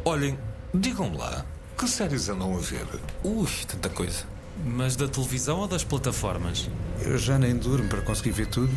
Olhem, digam-me lá, que séries andam a ver? Ui, tanta coisa. Mas da televisão ou das plataformas? Eu já nem durmo para conseguir ver tudo.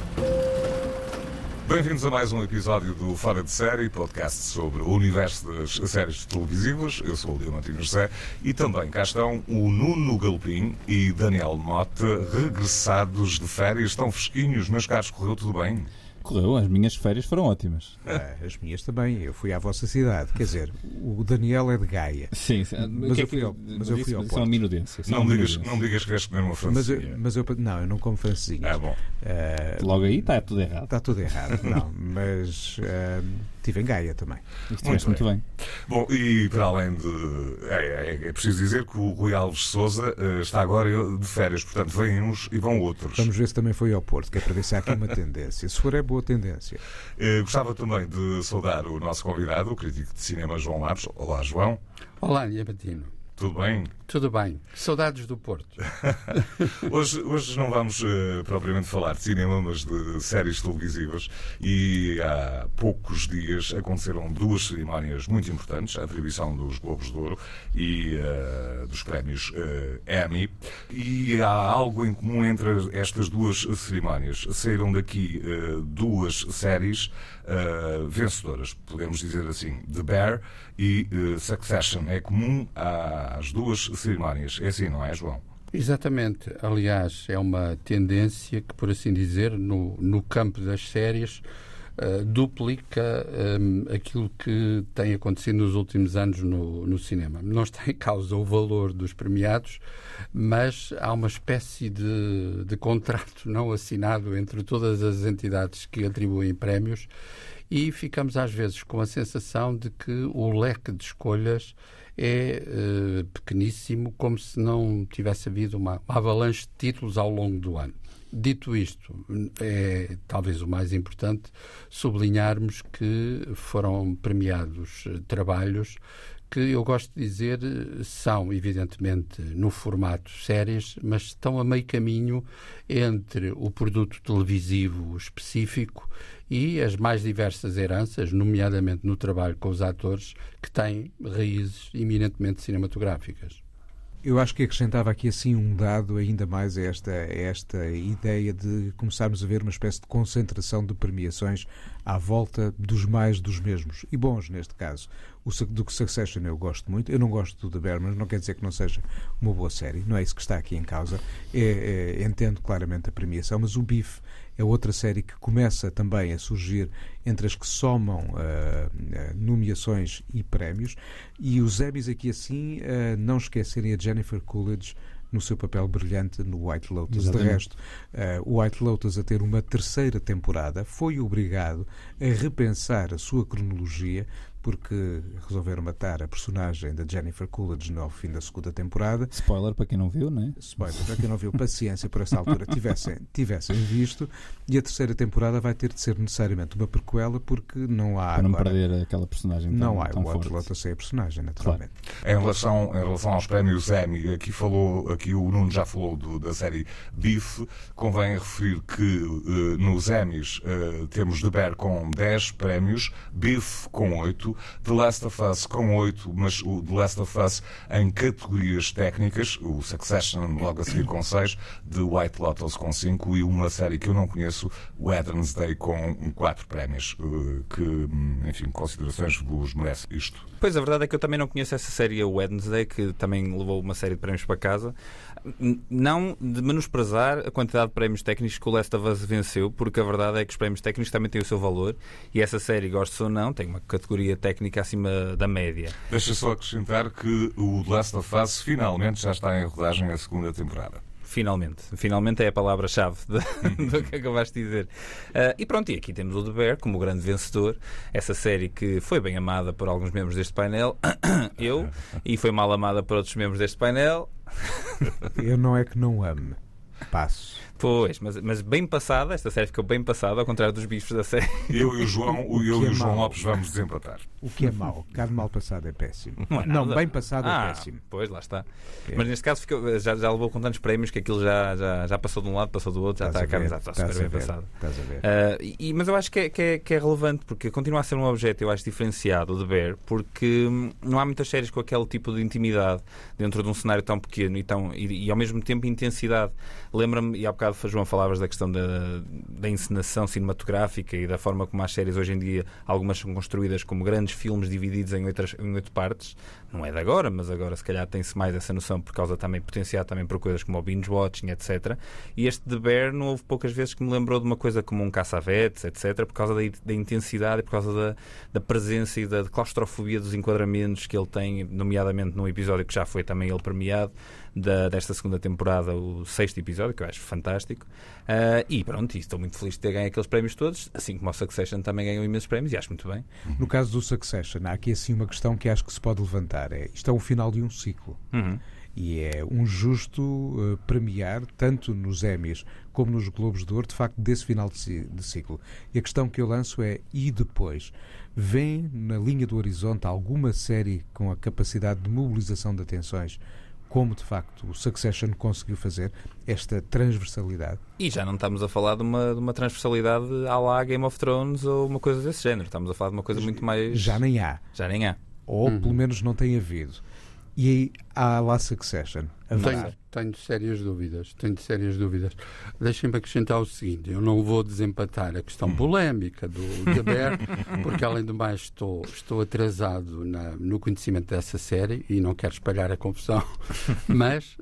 Bem-vindos a mais um episódio do Fora de Série, podcast sobre o universo das séries televisivas. Eu sou o Diamantino José e também cá estão o Nuno Galpim e Daniel Mota, regressados de férias. Estão fresquinhos, meus caros, correu tudo bem? Correu, as minhas férias foram ótimas. As minhas também. Eu fui à vossa cidade. Quer dizer, o Daniel é de Gaia. Sim, mas eu fui ao Porto. Isso é uma minudência. Não digas que vais comer uma francesinha. Não, eu não como francesinhas. Bom. Logo aí está tudo errado. Está tudo errado. Não, mas estive em Gaia também. Estiveste muito bem. Bom, e para além de... É preciso dizer que o Rui Alves Sousa está agora de férias, portanto vêm uns e vão outros. Vamos ver se também foi ao Porto, que é para ver se há aqui uma tendência. Se for, é boa tendência. Gostava também de saudar o nosso convidado, o crítico de cinema João Lopes. Olá, João. Olá, Diamantino. Tudo bem? Tudo bem. Saudades do Porto. Hoje não vamos propriamente falar de cinema, mas de séries televisivas. E há poucos dias aconteceram duas cerimónias muito importantes, a atribuição dos Globos de Ouro e dos prémios Emmy. E há algo em comum entre estas duas cerimónias. Saíram daqui duas séries vencedoras, podemos dizer assim, The Bear e Succession. É comum às duas cerimónias. É assim, não é, João? Exatamente. Aliás, é uma tendência que, por assim dizer, no campo das séries, duplica aquilo que tem acontecido nos últimos anos no cinema. Não está em causa o valor dos premiados, mas há uma espécie de contrato não assinado entre todas as entidades que atribuem prémios e ficamos às vezes com a sensação de que o leque de escolhas é pequeníssimo, como se não tivesse havido uma avalanche de títulos ao longo do ano. Dito isto, é talvez o mais importante sublinharmos que foram premiados trabalhos que eu gosto de dizer são, evidentemente, no formato séries, mas estão a meio caminho entre o produto televisivo específico e as mais diversas heranças, nomeadamente no trabalho com os atores, que têm raízes eminentemente cinematográficas. Eu acho que acrescentava aqui assim um dado ainda mais a esta ideia de começarmos a ver uma espécie de concentração de premiações à volta dos mais dos mesmos. E bons, neste caso. Do que Succession eu gosto muito. Eu não gosto do The Bear, mas não quer dizer que não seja uma boa série. Não é isso que está aqui em causa. Entendo claramente a premiação, mas o Beef é outra série que começa também a surgir entre as que somam nomeações e prémios. E os Emmys aqui assim, não esquecerem a Jennifer Coolidge no seu papel brilhante no White Lotus. Exatamente. De resto, o White Lotus, a ter uma terceira temporada, foi obrigado a repensar a sua cronologia, porque resolveram matar a personagem da Jennifer Coolidge no fim da segunda temporada. Spoiler para quem não viu, não é? Spoiler para quem não viu, paciência por essa altura tivessem visto. E a terceira temporada vai ter de ser necessariamente uma prequela, porque não há para não agora, perder aquela personagem não há tão o White forte. Lotus sem a personagem, naturalmente. Em relação aos prémios Emmy, aqui o Nuno já falou da série Beef. Convém referir que nos Emmys temos The Bear com 10 prémios, Beef com 8, The Last of Us com 8, mas o The Last of Us em categorias técnicas, o Succession logo a seguir com 6, The White Lotus com 5 e uma série que eu não conheço, Wednesday, com 4 prémios. Enfim, considerações vos merece isto? Pois, a verdade é que eu também não conheço essa série, a Wednesday, que também levou uma série de prémios para casa. Não de menosprezar a quantidade de prémios técnicos que o Last of Us venceu, porque a verdade é que os prémios técnicos também têm o seu valor e essa série, gosto ou não, tem uma categoria técnica acima da média. Deixa só acrescentar que o Last of Us finalmente já está em rodagem a segunda temporada. Finalmente é a palavra-chave do que acabaste de dizer. E pronto, e aqui temos o The Bear como grande vencedor, essa série que foi bem amada por alguns membros deste painel, e foi mal amada por outros membros deste painel. Eu não é que não ame. Passo. Pois, mas bem passada, esta série ficou bem passada, ao contrário dos bifes da série. Eu e o João Lopes vamos desempatar. O que é mau? Carne mal passada é péssimo. Não é Não, nada. bem passado é péssimo. Pois, lá está. É. Mas neste caso já levou com tantos prémios que aquilo já passou de um lado, passou do outro, já está a carne, já está super bem passada. Estás a ver. Mas eu acho que é relevante, porque continua a ser um objeto, eu acho, diferenciado, de Bear, porque não há muitas séries com aquele tipo de intimidade dentro de um cenário tão pequeno e ao mesmo tempo intensidade. Lembra-me, e há bocado, João, falavas da questão da encenação cinematográfica e da forma como as séries hoje em dia, algumas são construídas como grandes filmes divididos em 8 partes. Não é de agora, mas agora se calhar tem-se mais essa noção por causa também, potenciado também por coisas como o binge-watching, etc. E este The Bear não houve poucas vezes que me lembrou de uma coisa como um caça-vetes, etc., por causa da intensidade e por causa da presença e da claustrofobia dos enquadramentos que ele tem, nomeadamente num episódio que já foi também ele premiado, desta segunda temporada, o 6º episódio, que eu acho fantástico. E pronto, estou muito feliz de ter ganho aqueles prémios todos, assim como o Succession também ganhou imensos prémios e acho muito bem. No caso do Succession, há aqui assim uma questão que acho que se pode levantar. Isto é o final de um ciclo. E é um justo premiar, tanto nos Emmys como nos Globos de Ouro, de facto, desse final de ciclo. E a questão que eu lanço é, e depois? Vem na linha do horizonte alguma série com a capacidade de mobilização de atenções, como de facto o Succession conseguiu fazer, esta transversalidade? E já não estamos a falar de uma transversalidade à la Game of Thrones ou uma coisa desse género. Estamos a falar de uma coisa muito mais... Já nem há. Ou pelo menos não tem havido. E aí há lá Succession. Tenho sérias dúvidas. Deixem-me acrescentar o seguinte: eu não vou desempatar a questão polémica do The Bear, porque além do mais estou atrasado no conhecimento dessa série e não quero espalhar a confusão, mas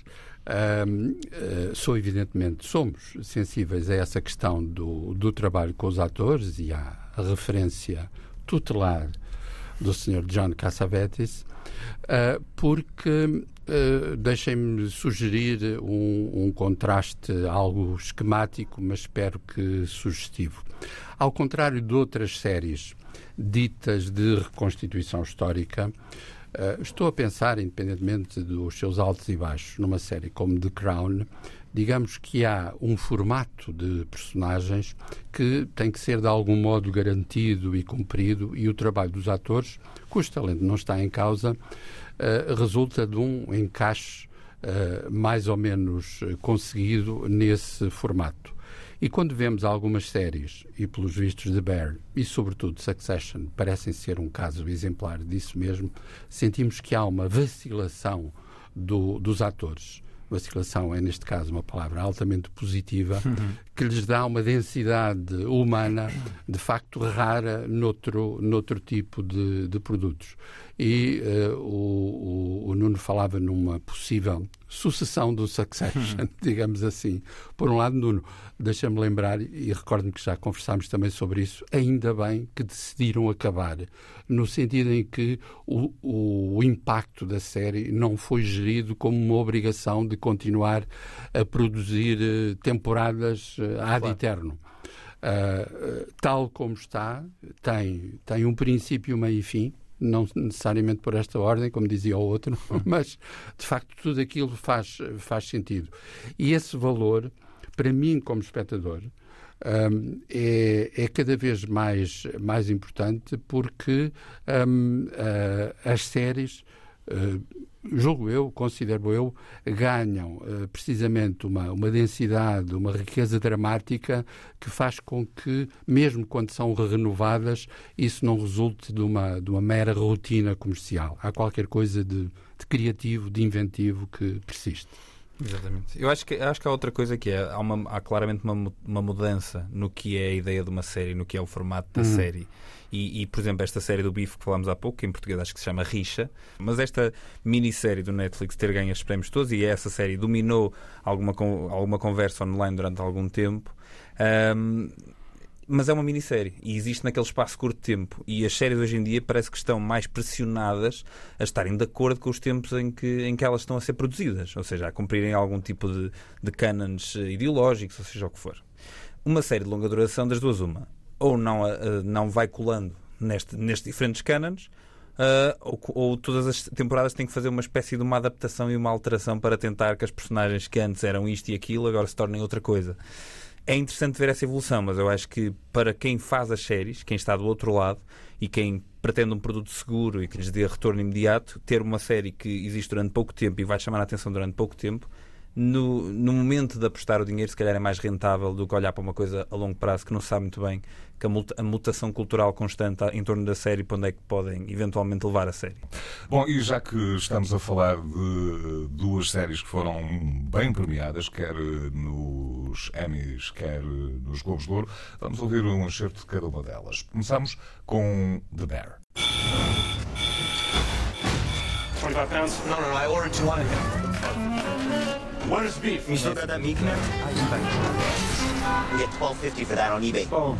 somos sensíveis a essa questão do trabalho com os atores e à referência tutelar do Sr. John Cassavetes, porque deixem-me sugerir um contraste algo esquemático, mas espero que sugestivo. Ao contrário de outras séries ditas de reconstituição histórica, estou a pensar, independentemente dos seus altos e baixos, numa série como The Crown. Digamos que há um formato de personagens que tem que ser de algum modo garantido e cumprido, e o trabalho dos atores, cujo talento não está em causa, resulta de um encaixe mais ou menos conseguido nesse formato. E quando vemos algumas séries, e pelos vistos The Bear e sobretudo Succession parecem ser um caso exemplar disso mesmo, sentimos que há uma vacilação dos atores. Vacilação é, neste caso, uma palavra altamente positiva, que lhes dá uma densidade humana, de facto, rara noutro tipo de produtos. E o Nuno falava numa possível sucessão do Succession, digamos assim. Por um lado, Nuno, deixa-me lembrar, e recordo-me que já conversámos também sobre isso, ainda bem que decidiram acabar, no sentido em que o impacto da série não foi gerido como uma obrigação de continuar a produzir temporadas ad eterno. Tal como está, tem um princípio, meio e fim, não necessariamente por esta ordem, como dizia o outro, mas de facto tudo aquilo faz sentido. E esse valor, para mim como espectador, é cada vez mais importante, porque as séries, considero eu, ganham precisamente uma densidade, uma riqueza dramática que faz com que, mesmo quando são renovadas, isso não resulte de uma mera rotina comercial. Há qualquer coisa de criativo, de inventivo que persiste. Exatamente. Eu acho que há outra coisa que é, há claramente uma mudança no que é a ideia de uma série, no que é o formato da série. E, por exemplo, esta série do Bife que falámos há pouco, que em português acho que se chama Rixa, mas esta minissérie do Netflix ter ganho estes prémios todos, e essa série dominou alguma conversa online durante algum tempo, mas é uma minissérie e existe naquele espaço curto de tempo, e as séries hoje em dia parece que estão mais pressionadas a estarem de acordo com os tempos em que elas estão a ser produzidas, ou seja, a cumprirem algum tipo de cânones ideológicos, ou seja o que for. Uma série de longa duração, das duas uma, ou não vai colando nestes diferentes cânones, ou todas as temporadas têm que fazer uma espécie de uma adaptação e uma alteração para tentar que as personagens que antes eram isto e aquilo agora se tornem outra coisa. É interessante ver essa evolução, mas eu acho que para quem faz as séries, quem está do outro lado e quem pretende um produto seguro e que lhes dê retorno imediato, ter uma série que existe durante pouco tempo e vai chamar a atenção durante pouco tempo, no momento de apostar o dinheiro, se calhar é mais rentável do que olhar para uma coisa a longo prazo que não se sabe muito bem, que a mutação cultural constante em torno da série, para onde é que podem eventualmente levar a série. Bom, e já que estamos a falar de duas séries que foram bem premiadas, quer nos Emmys, quer nos Globos de Ouro, vamos ouvir um excerto de cada uma delas. Começamos com The Bear. 25 pounds? No, I ordered 200. Where's beef? You still got that meat connect? We get $12.50 for that on eBay. Oh.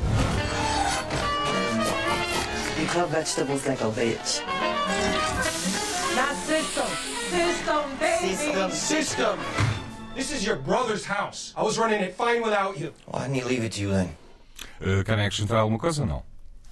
You cut vegetables like a bitch. That's system, baby. System. This is your brother's house. I was running it fine without you. Why didn't he leave it to you then? Querem acrescentar alguma coisa ou não?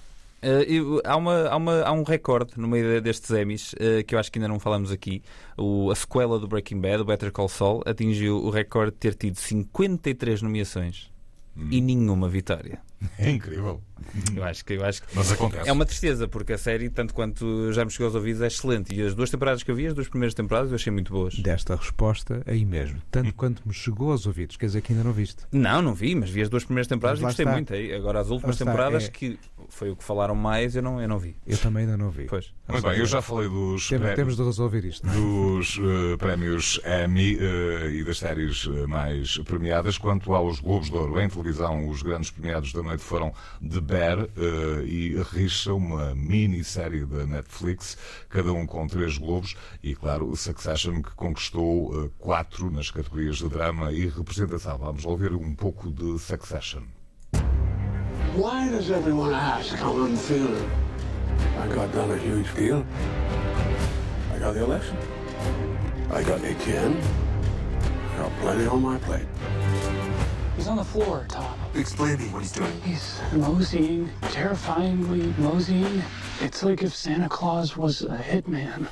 Há um recorde no meio destes Emmys que eu acho que ainda não falamos aqui. A sequela do Breaking Bad, o Better Call Saul, atingiu o recorde de ter tido 53 nomeações e nenhuma vitória. É incrível. Eu acho que Mas acontece. É uma tristeza, porque a série, tanto quanto já me chegou aos ouvidos, é excelente. E as duas temporadas que eu vi, as duas primeiras temporadas, eu achei muito boas. Desta resposta aí mesmo, tanto quanto me chegou aos ouvidos, quer dizer que ainda não viste? Não vi, mas vi as duas primeiras temporadas e gostei está. muito. Agora as últimas temporadas, que foi o que falaram mais, eu não vi. Eu também ainda não vi. Pois. Muito bem, eu já falei dos Temos de resolver isto. Dos prémios Emmy e das séries mais premiadas. Quanto aos Globos de Ouro em televisão, os grandes premiados da noite foram The Bear e Richa, uma minissérie da Netflix, cada um com 3 Globos, e claro, Succession, que conquistou 4 nas categorias de drama e representação. Vamos ouvir um pouco de Succession. Why does everyone ask how I'm feeling? I got done a huge deal. I got the election. I got ATN. I got plenty on my plate. He's on the floor, Tom. Explain to me what he's doing. He's moseying, terrifyingly moseying. It's like if Santa Claus was a hitman.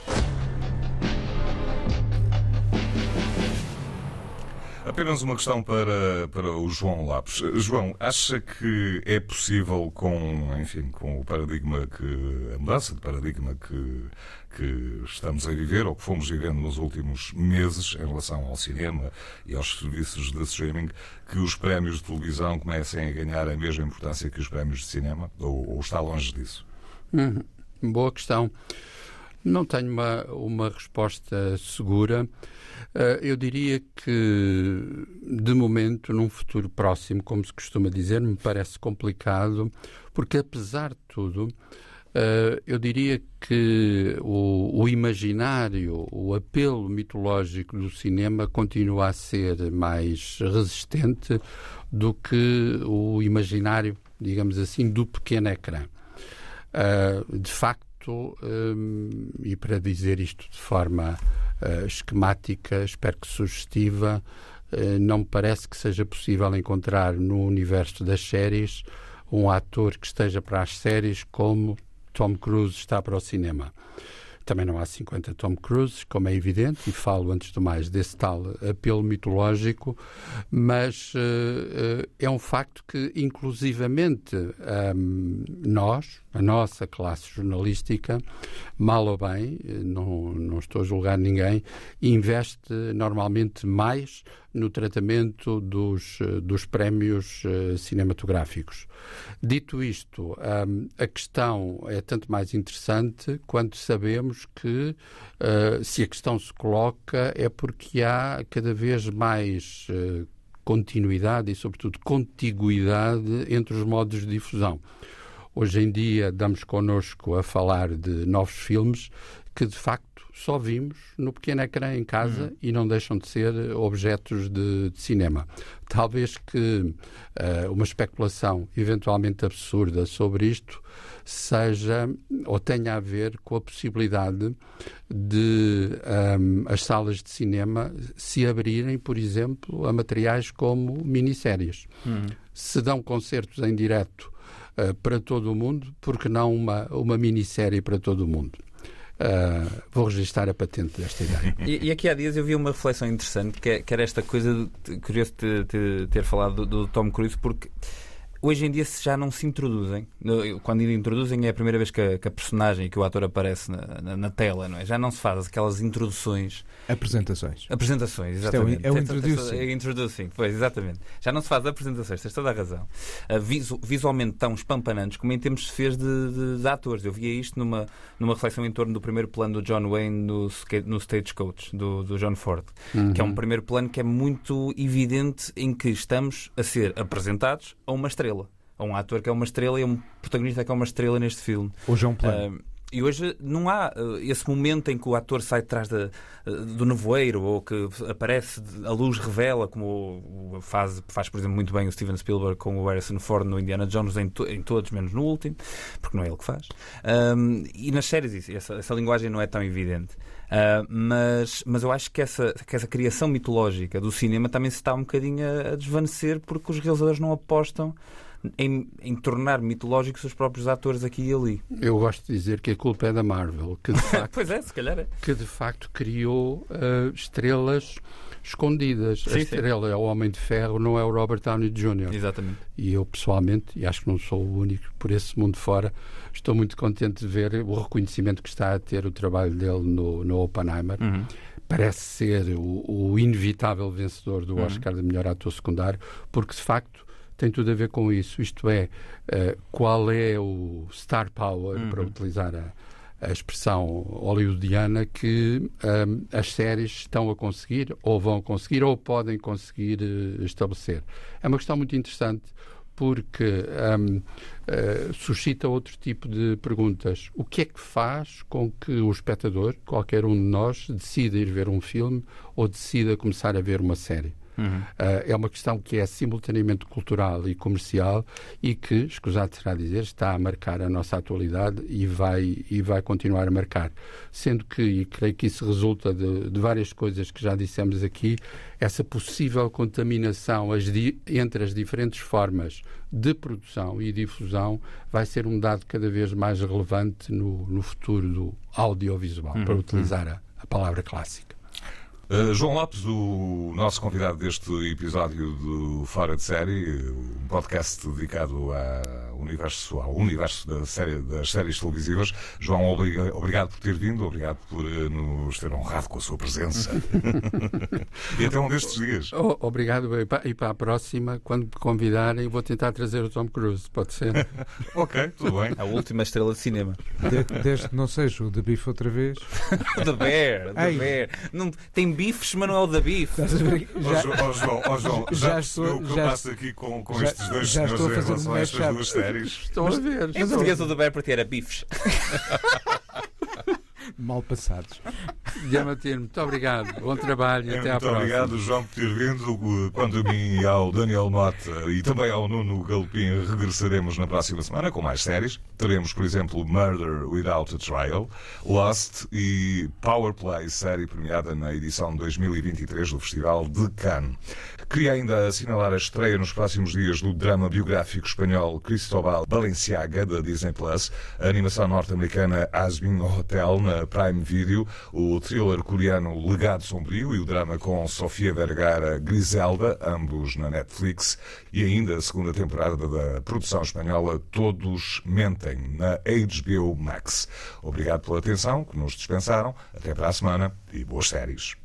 Apenas uma questão para o João Lopes. João, acha que é possível com o paradigma a mudança de paradigma que estamos a viver, ou que fomos vivendo nos últimos meses em relação ao cinema e aos serviços de streaming, que os prémios de televisão comecem a ganhar a mesma importância que os prémios de cinema? Ou está longe disso? Boa questão. Não tenho uma resposta segura. Eu diria que, de momento, num futuro próximo, como se costuma dizer, me parece complicado, porque, apesar de tudo, eu diria que o imaginário, o apelo mitológico do cinema continua a ser mais resistente do que o imaginário, digamos assim, do pequeno ecrã. De facto, e para dizer isto de forma esquemática, espero que sugestiva, não me parece que seja possível encontrar no universo das séries um ator que esteja para as séries como Tom Cruise está para o cinema. Também não há 50 Tom Cruises, como é evidente, e falo antes de mais desse tal apelo mitológico, mas é um facto que, inclusivamente, nós, a nossa classe jornalística, mal ou bem, não estou a julgar ninguém, investe normalmente mais no tratamento dos prémios cinematográficos. Dito isto, a questão é tanto mais interessante quanto sabemos que, se a questão se coloca, é porque há cada vez mais continuidade e, sobretudo, contiguidade entre os modos de difusão. Hoje em dia damos connosco a falar de novos filmes que, de facto, só vimos no pequeno ecrã em casa e não deixam de ser objetos de cinema. Talvez que uma especulação eventualmente absurda sobre isto seja ou tenha a ver com a possibilidade de as salas de cinema se abrirem, por exemplo, a materiais como minisséries. Se dão concertos em direto para todo o mundo, porque não uma minissérie para todo o mundo? vou registrar a patente desta ideia. E aqui há dias eu vi uma reflexão interessante, que era esta coisa, curioso de ter falado do Tom Cruise, porque hoje em dia já não se introduzem. Quando introduzem é a primeira vez que a personagem e que o ator aparece na tela, não é? Já não se faz aquelas introduções. Apresentações, exatamente. É o introducing. Introducing, pois, exatamente. Já não se faz apresentações, tens toda a razão. Visualmente tão espampanantes como em termos de fez de atores. Eu via isto numa reflexão em torno do primeiro plano do John Wayne no Stagecoach, do John Ford, que é um primeiro plano que é muito evidente, em que estamos a ser apresentados a uma estrela. A um ator que é uma estrela e a um protagonista que é uma estrela neste filme. Hoje é um plano. E hoje não há esse momento em que o ator sai de trás do nevoeiro, ou que aparece, a luz revela, como faz, por exemplo, muito bem o Steven Spielberg com o Harrison Ford no Indiana Jones, em todos, menos no último, porque não é ele que faz. E nas séries essa linguagem não é tão evidente. Mas eu acho que essa criação mitológica do cinema também se está um bocadinho a desvanecer, porque os realizadores não apostam em tornar mitológicos os próprios atores aqui e ali. Eu gosto de dizer que a culpa é da Marvel, que de facto, pois é, se calhar é. Que de facto criou estrelas escondidas. Sim, a estrela é o Homem de Ferro, não é o Robert Downey Jr. Exatamente. E eu pessoalmente, e acho que não sou o único por esse mundo fora, estou muito contente de ver o reconhecimento que está a ter o trabalho dele no Oppenheimer. Parece ser o inevitável vencedor do Oscar de melhor ator secundário, porque de facto tem tudo a ver com isso. Isto é, qual é o star power, para utilizar a expressão hollywoodiana, que as séries estão a conseguir, ou vão conseguir, ou podem conseguir estabelecer. É uma questão muito interessante, porque suscita outro tipo de perguntas. O que é que faz com que o espectador, qualquer um de nós, decida ir ver um filme ou decida começar a ver uma série? É uma questão que é simultaneamente cultural e comercial e que, escusado será dizer, está a marcar a nossa atualidade e vai continuar a marcar. Sendo que, e creio que isso resulta de várias coisas que já dissemos aqui, essa possível contaminação entre as diferentes formas de produção e difusão vai ser um dado cada vez mais relevante no futuro do audiovisual, para utilizar a palavra clássica. João Lopes, o nosso convidado deste episódio do Fora de Série, um podcast dedicado ao universo das séries televisivas. João, obrigado por ter vindo, obrigado por nos ter honrado com a sua presença. E até um destes dias. Obrigado, e para a próxima, quando me convidarem, vou tentar trazer o Tom Cruise, pode ser? Ok, tudo bem. A última estrela de cinema. Desde que não seja o The Beef outra vez. The Bear. Não, tem bifes, mas não é o da bife. João, já estou que eu passo aqui com estes dois senhores em relação a estas duas séries. Estão a ver. Em português o The Bear para ti era bifes. Mal passados. Diamantino, muito obrigado. Bom trabalho e até à próxima. Muito obrigado, João, por ter vindo. Quanto a mim e ao Daniel Mota e também ao Nuno Galopim, regressaremos na próxima semana com mais séries. Teremos, por exemplo, Murder Without a Trial, Lost e Power Play, série premiada na edição 2023 do Festival de Cannes. Queria ainda assinalar a estreia nos próximos dias do drama biográfico espanhol Cristóbal Balenciaga, da Disney+, a animação norte-americana Has Been Hotel, na Prime Video, o thriller coreano Legado Sombrio e o drama com Sofia Vergara, Griselda, ambos na Netflix, e ainda a segunda temporada da produção espanhola Todos Mentem, na HBO Max. Obrigado pela atenção que nos dispensaram. Até para a semana e boas séries.